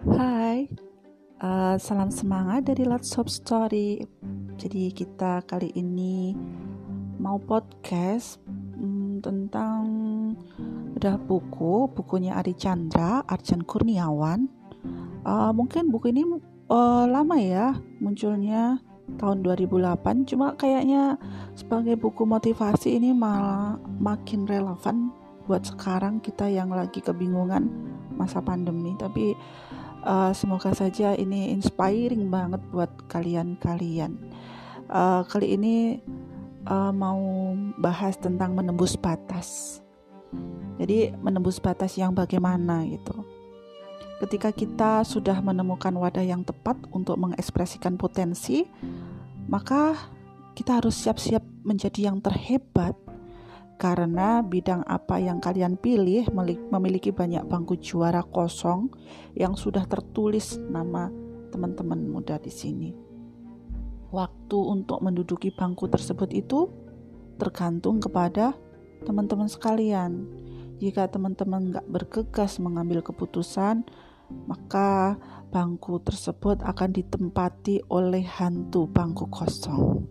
Hai, salam semangat dari Let's Hope Story. Jadi kita kali ini mau podcast tentang bedah bukunya Adi Chandra, Arjan Kurniawan. Mungkin buku ini lama ya munculnya tahun 2008, cuma kayaknya sebagai buku motivasi ini malah makin relevan buat sekarang kita yang lagi kebingungan masa pandemi. Tapi semoga saja ini inspiring banget buat kalian-kalian. Kali ini mau bahas tentang menembus batas. Jadi menembus batas yang bagaimana gitu. Ketika kita sudah menemukan wadah yang tepat untuk mengekspresikan potensi, maka kita harus siap-siap menjadi yang terhebat. Karena bidang apa yang kalian pilih memiliki banyak bangku juara kosong yang sudah tertulis nama teman-teman muda di sini. Waktu untuk menduduki bangku tersebut itu tergantung kepada teman-teman sekalian. Jika teman-teman gak bergegas mengambil keputusan, maka bangku tersebut akan ditempati oleh hantu bangku kosong.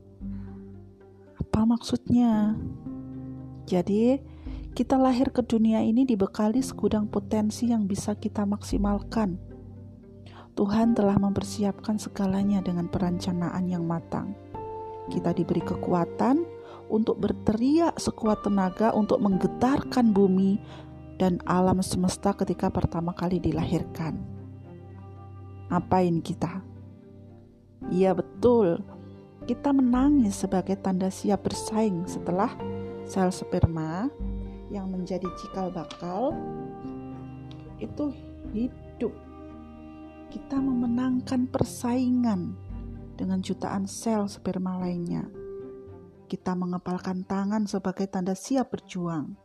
Apa maksudnya? Jadi, kita lahir ke dunia ini dibekali segudang potensi yang bisa kita maksimalkan. Tuhan telah mempersiapkan segalanya dengan perencanaan yang matang. Kita diberi kekuatan untuk berteriak sekuat tenaga untuk menggetarkan bumi dan alam semesta ketika pertama kali dilahirkan. Apain kita? Iya betul, kita menangis sebagai tanda siap bersaing setelah sel sperma yang menjadi cikal bakal itu hidup. Kita memenangkan persaingan dengan jutaan sel sperma lainnya. Kita mengepalkan tangan sebagai tanda siap berjuang.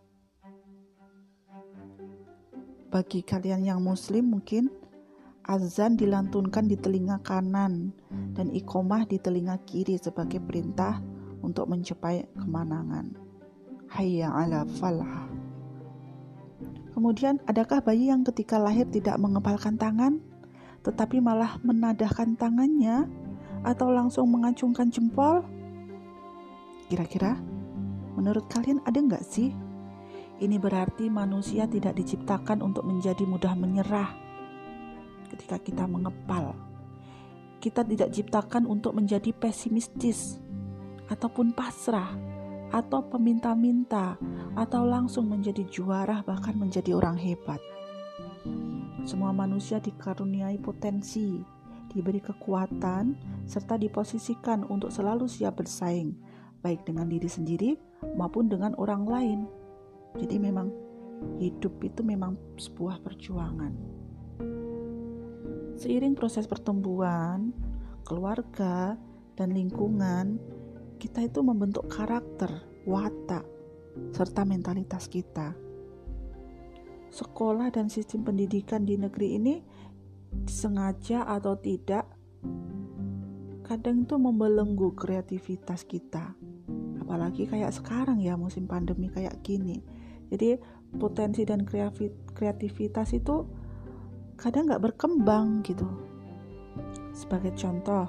Bagi kalian yang muslim mungkin azan dilantunkan di telinga kanan dan iqomah di telinga kiri sebagai perintah untuk mencapai kemenangan. Hayya ala falah. Kemudian adakah bayi yang ketika lahir tidak mengepalkan tangan tetapi malah menadahkan tangannya atau langsung mengacungkan jempol? Kira-kira menurut kalian ada nggak sih? Ini berarti manusia tidak diciptakan untuk menjadi mudah menyerah ketika kita mengepal. Kita tidak diciptakan untuk menjadi pesimistis ataupun pasrah atau peminta-minta, atau langsung menjadi juara, bahkan menjadi orang hebat. Semua manusia dikaruniai potensi, diberi kekuatan, serta diposisikan untuk selalu siap bersaing, baik dengan diri sendiri maupun dengan orang lain. Jadi memang hidup itu memang sebuah perjuangan. Seiring proses pertumbuhan, keluarga, dan lingkungan, kita itu membentuk karakter, watak, serta mentalitas kita. Sekolah dan sistem pendidikan di negeri ini sengaja atau tidak kadang itu membelenggu kreativitas kita. Apalagi kayak sekarang ya, musim pandemi kayak gini. Jadi potensi dan kreativitas itu kadang gak berkembang gitu. Sebagai contoh,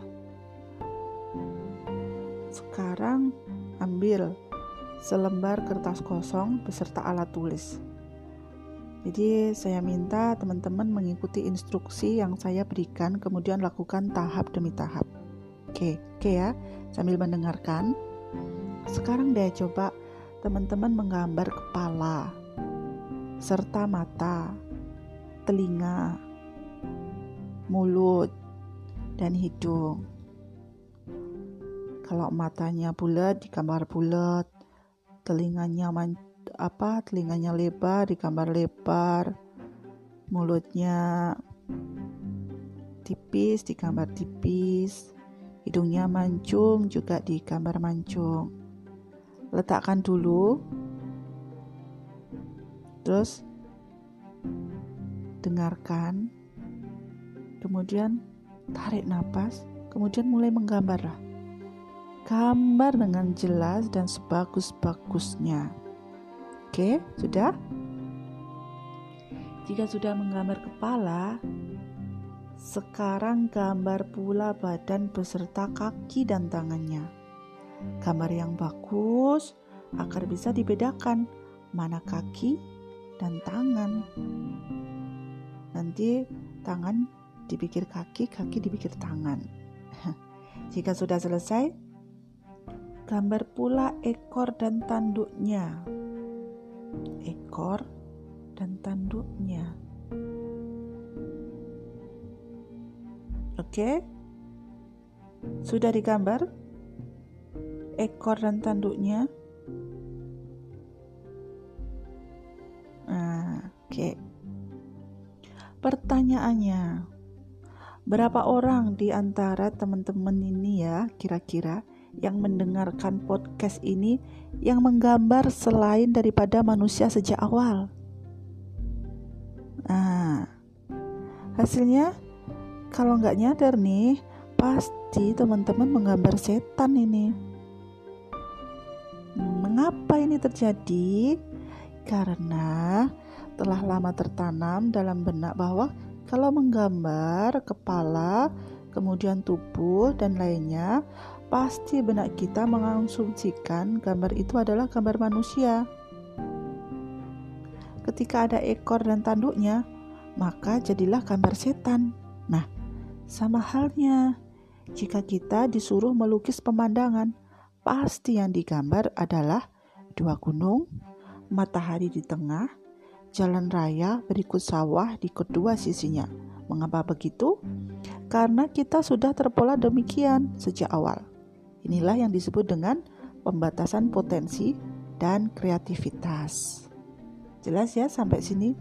sekarang ambil selembar kertas kosong beserta alat tulis. Jadi saya minta teman-teman mengikuti instruksi yang saya berikan, kemudian lakukan tahap demi tahap. Oke ya, sambil mendengarkan. Sekarang deh coba teman-teman menggambar kepala, serta mata, telinga, mulut, dan hidung. Kalau matanya bulat digambar bulat, telinganya lebar digambar lebar, mulutnya tipis digambar tipis, hidungnya mancung juga digambar mancung. Letakkan dulu, terus dengarkan, kemudian tarik napas, kemudian mulai menggambar. Gambar dengan jelas dan sebagus-bagusnya. Oke, sudah? Jika sudah menggambar kepala, Sekarang gambar pula badan beserta kaki dan tangannya. Gambar yang bagus agar bisa dibedakan mana kaki dan tangan. Nanti tangan dipikir kaki, kaki dipikir tangan. Jika sudah selesai, gambar pula ekor dan tanduknya. Ekor dan tanduknya. Oke? Sudah digambar ekor dan tanduknya? Oke. Pertanyaannya, berapa orang di antara teman-teman ini ya kira-kira yang mendengarkan podcast ini yang menggambar selain daripada manusia sejak awal? Hasilnya kalau nggak nyadar nih, pasti teman-teman menggambar setan ini. Mengapa ini terjadi? Karena telah lama tertanam dalam benak bahwa kalau menggambar kepala, kemudian tubuh dan lainnya, pasti benak kita mengasumsikan gambar itu adalah gambar manusia. Ketika ada ekor dan tanduknya, maka jadilah gambar setan. Nah, sama halnya, jika kita disuruh melukis pemandangan, pasti yang digambar adalah dua gunung, matahari di tengah, jalan raya berikut sawah di kedua sisinya. Mengapa begitu? Karena kita sudah terpola demikian sejak awal. Inilah yang disebut dengan pembatasan potensi dan kreativitas. Jelas ya sampai sini?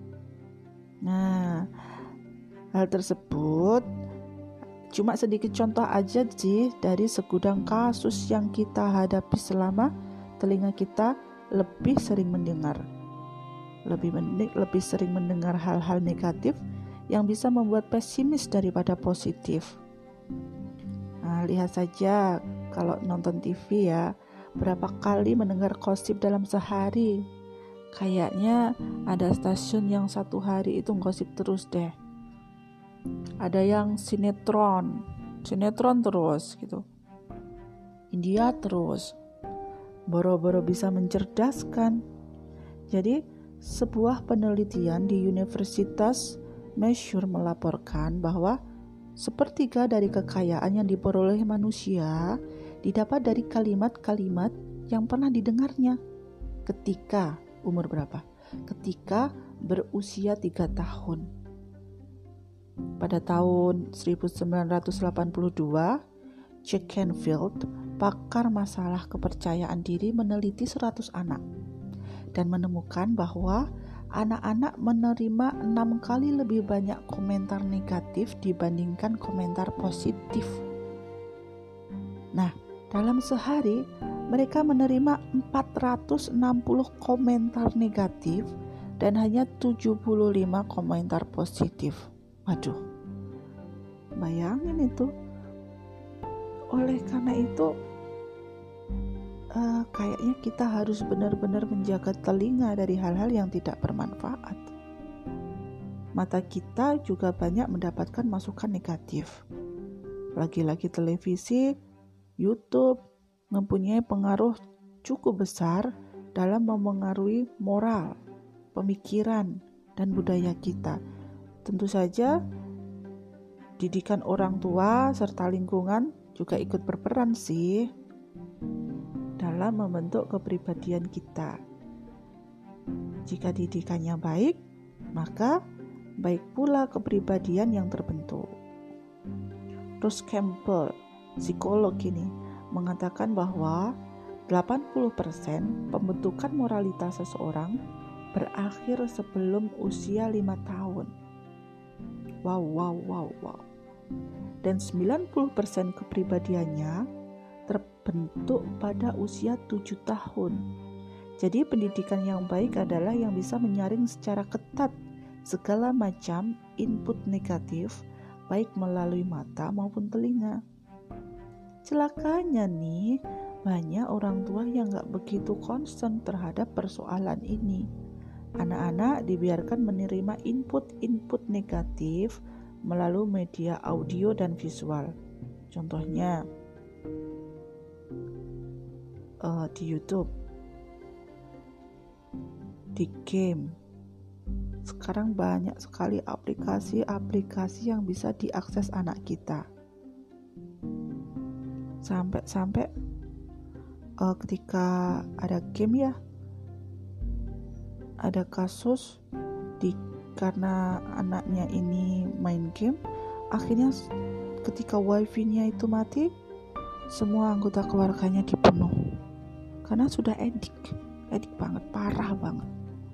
Nah, hal tersebut cuma sedikit contoh aja sih dari segudang kasus yang kita hadapi selama telinga kita lebih sering mendengar. Lebih sering mendengar hal-hal negatif yang bisa membuat pesimis daripada positif. Nah, lihat saja kalau nonton TV ya, berapa kali mendengar gosip dalam sehari. Kayaknya ada stasiun yang satu hari itu gosip terus deh. Ada yang sinetron terus gitu. India terus. Boro-boro bisa mencerdaskan. Jadi sebuah penelitian di Universitas Mysore melaporkan bahwa sepertiga dari kekayaan yang diperoleh manusia didapat dari kalimat-kalimat yang pernah didengarnya ketika umur berapa? Ketika berusia 3 tahun. Pada tahun 1982, Jack Canfield, pakar masalah kepercayaan diri, meneliti 100 anak dan menemukan bahwa anak-anak menerima 6 kali lebih banyak komentar negatif dibandingkan komentar positif. Nah, dalam sehari mereka menerima 460 komentar negatif dan hanya 75 komentar positif. Waduh, bayangin itu. Oleh karena itu, kayaknya kita harus benar-benar menjaga telinga dari hal-hal yang tidak bermanfaat. Mata kita juga banyak mendapatkan masukan negatif. Lagi-lagi televisi, YouTube mempunyai pengaruh cukup besar dalam memengaruhi moral, pemikiran, dan budaya kita. Tentu saja didikan orang tua serta lingkungan juga ikut berperan sih dalam membentuk kepribadian kita. Jika didikannya baik, maka baik pula kepribadian yang terbentuk. Rose Campbell, psikolog ini, mengatakan bahwa 80% pembentukan moralitas seseorang berakhir sebelum usia 5 tahun. Wow. Dan 90% kepribadiannya terbentuk pada usia 7 tahun. Jadi pendidikan yang baik adalah yang bisa menyaring secara ketat segala macam input negatif, baik melalui mata maupun telinga. Celakanya nih, banyak orang tua yang gak begitu concern terhadap persoalan ini. Anak-anak dibiarkan menerima input negatif melalui media audio dan visual. Contohnya di YouTube, di game. Sekarang banyak sekali aplikasi-aplikasi yang bisa diakses anak kita. Sampai ketika ada game ya, ada kasus karena anaknya ini main game, akhirnya ketika wifi-nya itu mati, semua anggota keluarganya dibunuh karena sudah edik banget, parah banget.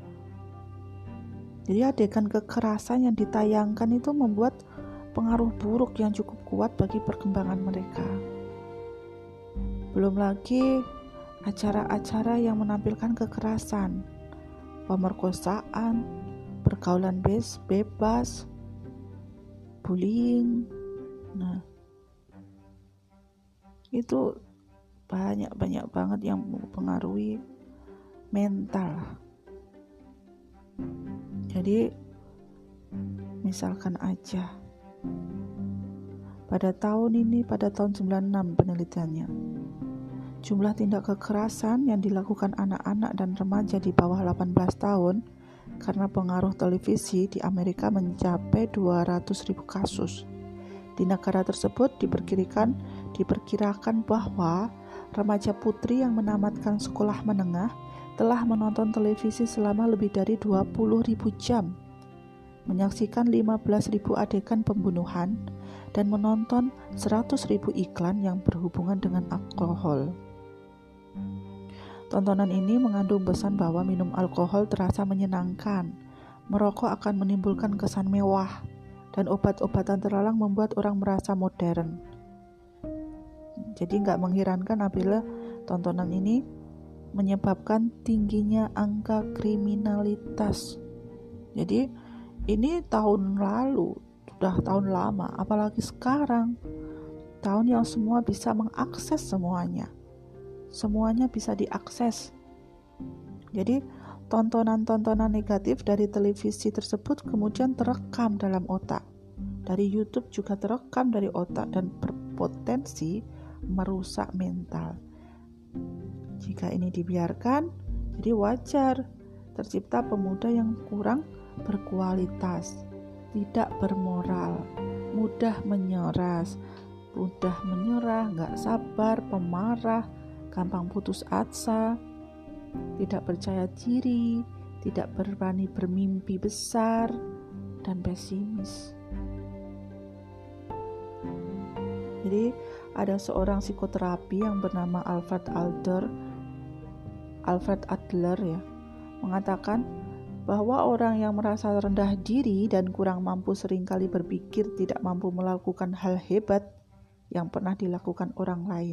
Jadi adegan kekerasan yang ditayangkan itu membuat pengaruh buruk yang cukup kuat bagi perkembangan mereka. Belum lagi acara-acara yang menampilkan kekerasan, pemerkosaan, pergaulan bebas, bullying. Nah, itu banyak banget yang mempengaruhi mental. Jadi misalkan aja pada tahun 96 penelitiannya, jumlah tindak kekerasan yang dilakukan anak-anak dan remaja di bawah 18 tahun karena pengaruh televisi di Amerika mencapai 200.000 kasus. Di negara tersebut diperkirakan bahwa remaja putri yang menamatkan sekolah menengah telah menonton televisi selama lebih dari 20.000 jam, menyaksikan 15.000 adegan pembunuhan, dan menonton 100.000 iklan yang berhubungan dengan alkohol. Tontonan ini mengandung pesan bahwa minum alkohol terasa menyenangkan, merokok akan menimbulkan kesan mewah, dan obat-obatan terlarang membuat orang merasa modern. Jadi nggak mengherankan apabila tontonan ini menyebabkan tingginya angka kriminalitas. Jadi ini tahun lalu, sudah tahun lama, apalagi sekarang, tahun yang semua bisa mengakses semuanya bisa diakses. Jadi tontonan-tontonan negatif dari televisi tersebut kemudian terekam dalam otak. Dari YouTube juga terekam dari otak dan berpotensi merusak mental. Jika ini dibiarkan, jadi wajar tercipta pemuda yang kurang berkualitas, tidak bermoral, mudah menyerah, nggak sabar, pemarah, gampang putus asa, tidak percaya diri, tidak berani bermimpi besar, dan pesimis. Jadi ada seorang psikoterapi yang bernama Alfred Adler ya, mengatakan bahwa orang yang merasa rendah diri dan kurang mampu seringkali berpikir tidak mampu melakukan hal hebat yang pernah dilakukan orang lain.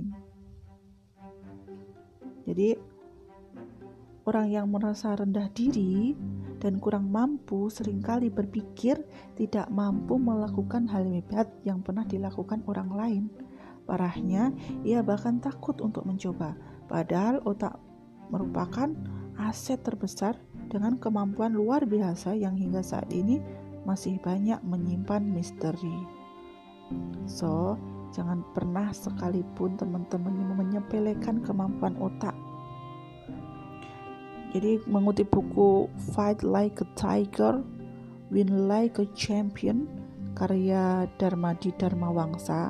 Jadi orang yang merasa rendah diri dan kurang mampu seringkali berpikir tidak mampu melakukan hal hebat yang pernah dilakukan orang lain. Parahnya, ia bahkan takut untuk mencoba, padahal otak merupakan aset terbesar dengan kemampuan luar biasa yang hingga saat ini masih banyak menyimpan misteri. So, jangan pernah sekalipun teman-teman menyepelekan kemampuan otak. Jadi mengutip buku Fight Like a Tiger, Win Like a Champion karya Darmadi Dharmawangsa.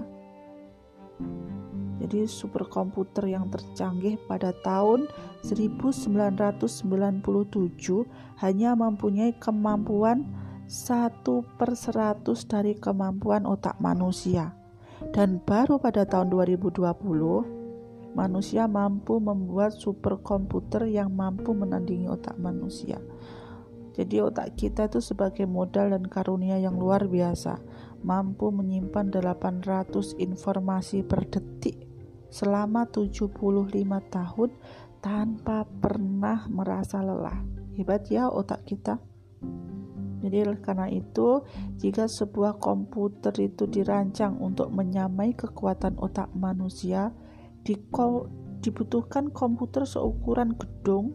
Jadi superkomputer yang tercanggih pada tahun 1997 hanya mempunyai kemampuan 1/100 dari kemampuan otak manusia. Dan baru pada tahun 2020 manusia mampu membuat superkomputer yang mampu menandingi otak manusia. Jadi otak kita itu sebagai modal dan karunia yang luar biasa, mampu menyimpan 800 informasi per detik selama 75 tahun tanpa pernah merasa lelah. Hebat ya otak kita. Jadi karena itu, jika sebuah komputer itu dirancang untuk menyamai kekuatan otak manusia, dibutuhkan komputer seukuran gedung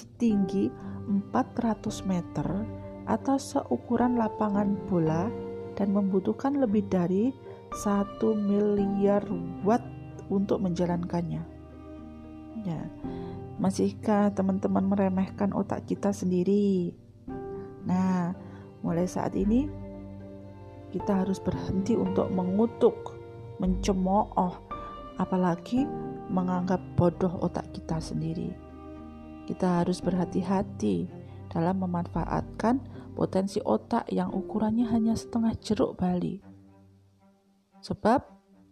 setinggi 400 meter atau seukuran lapangan bola dan membutuhkan lebih dari 1 miliar watt untuk menjalankannya. Ya, masihkah teman-teman meremehkan otak kita sendiri? Nah, mulai saat ini kita harus berhenti untuk mengutuk, mencemooh, apalagi menganggap bodoh otak kita sendiri. Kita harus berhati-hati dalam memanfaatkan potensi otak yang ukurannya hanya setengah jeruk bali. Sebab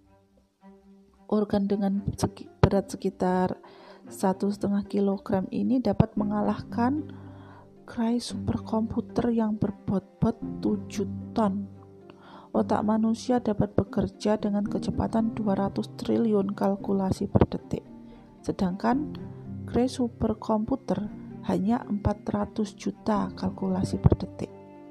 organ dengan berat sekitar 1,5 kilogram ini dapat mengalahkan Cray superkomputer yang berbobot 7 ton. Otak manusia dapat bekerja dengan kecepatan 200 triliun kalkulasi per detik. Sedangkan Cray superkomputer hanya 400 juta kalkulasi per detik.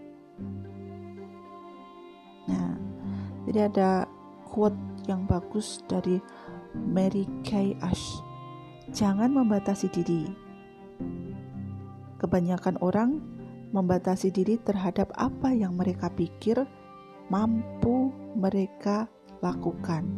Nah, jadi ada quote yang bagus dari Mary Kay Ash. Jangan membatasi diri. Kebanyakan orang membatasi diri terhadap apa yang mereka pikir mampu mereka lakukan.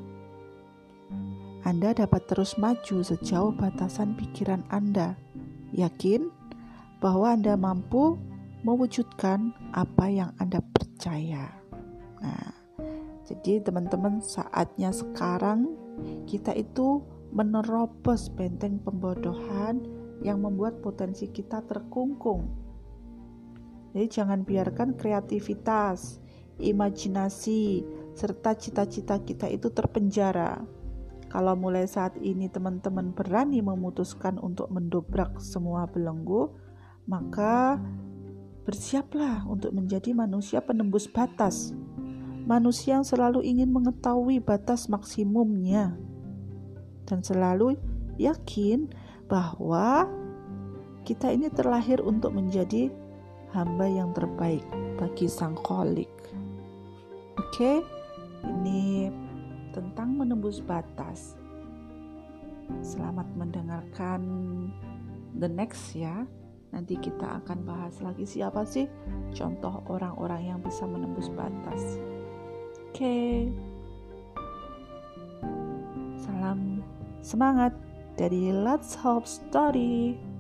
Anda dapat terus maju sejauh batasan pikiran Anda. Yakin bahwa Anda mampu mewujudkan apa yang Anda percaya. Nah, jadi teman-teman, saatnya sekarang kita itu menerobos benteng pembodohan yang membuat potensi kita terkungkung. Jadi jangan biarkan kreativitas, imajinasi, serta cita-cita kita itu terpenjara. Kalau mulai saat ini teman-teman berani memutuskan untuk mendobrak semua belenggu, maka bersiaplah untuk menjadi manusia penembus batas. Manusia yang selalu ingin mengetahui batas maksimumnya dan selalu yakin bahwa kita ini terlahir untuk menjadi hamba yang terbaik bagi Sang Khalik. Oke, ini tentang menembus batas. Selamat mendengarkan the next ya. Nanti kita akan bahas lagi siapa sih contoh orang-orang yang bisa menembus batas. Oke. Salam semangat dari Let's Hope Story.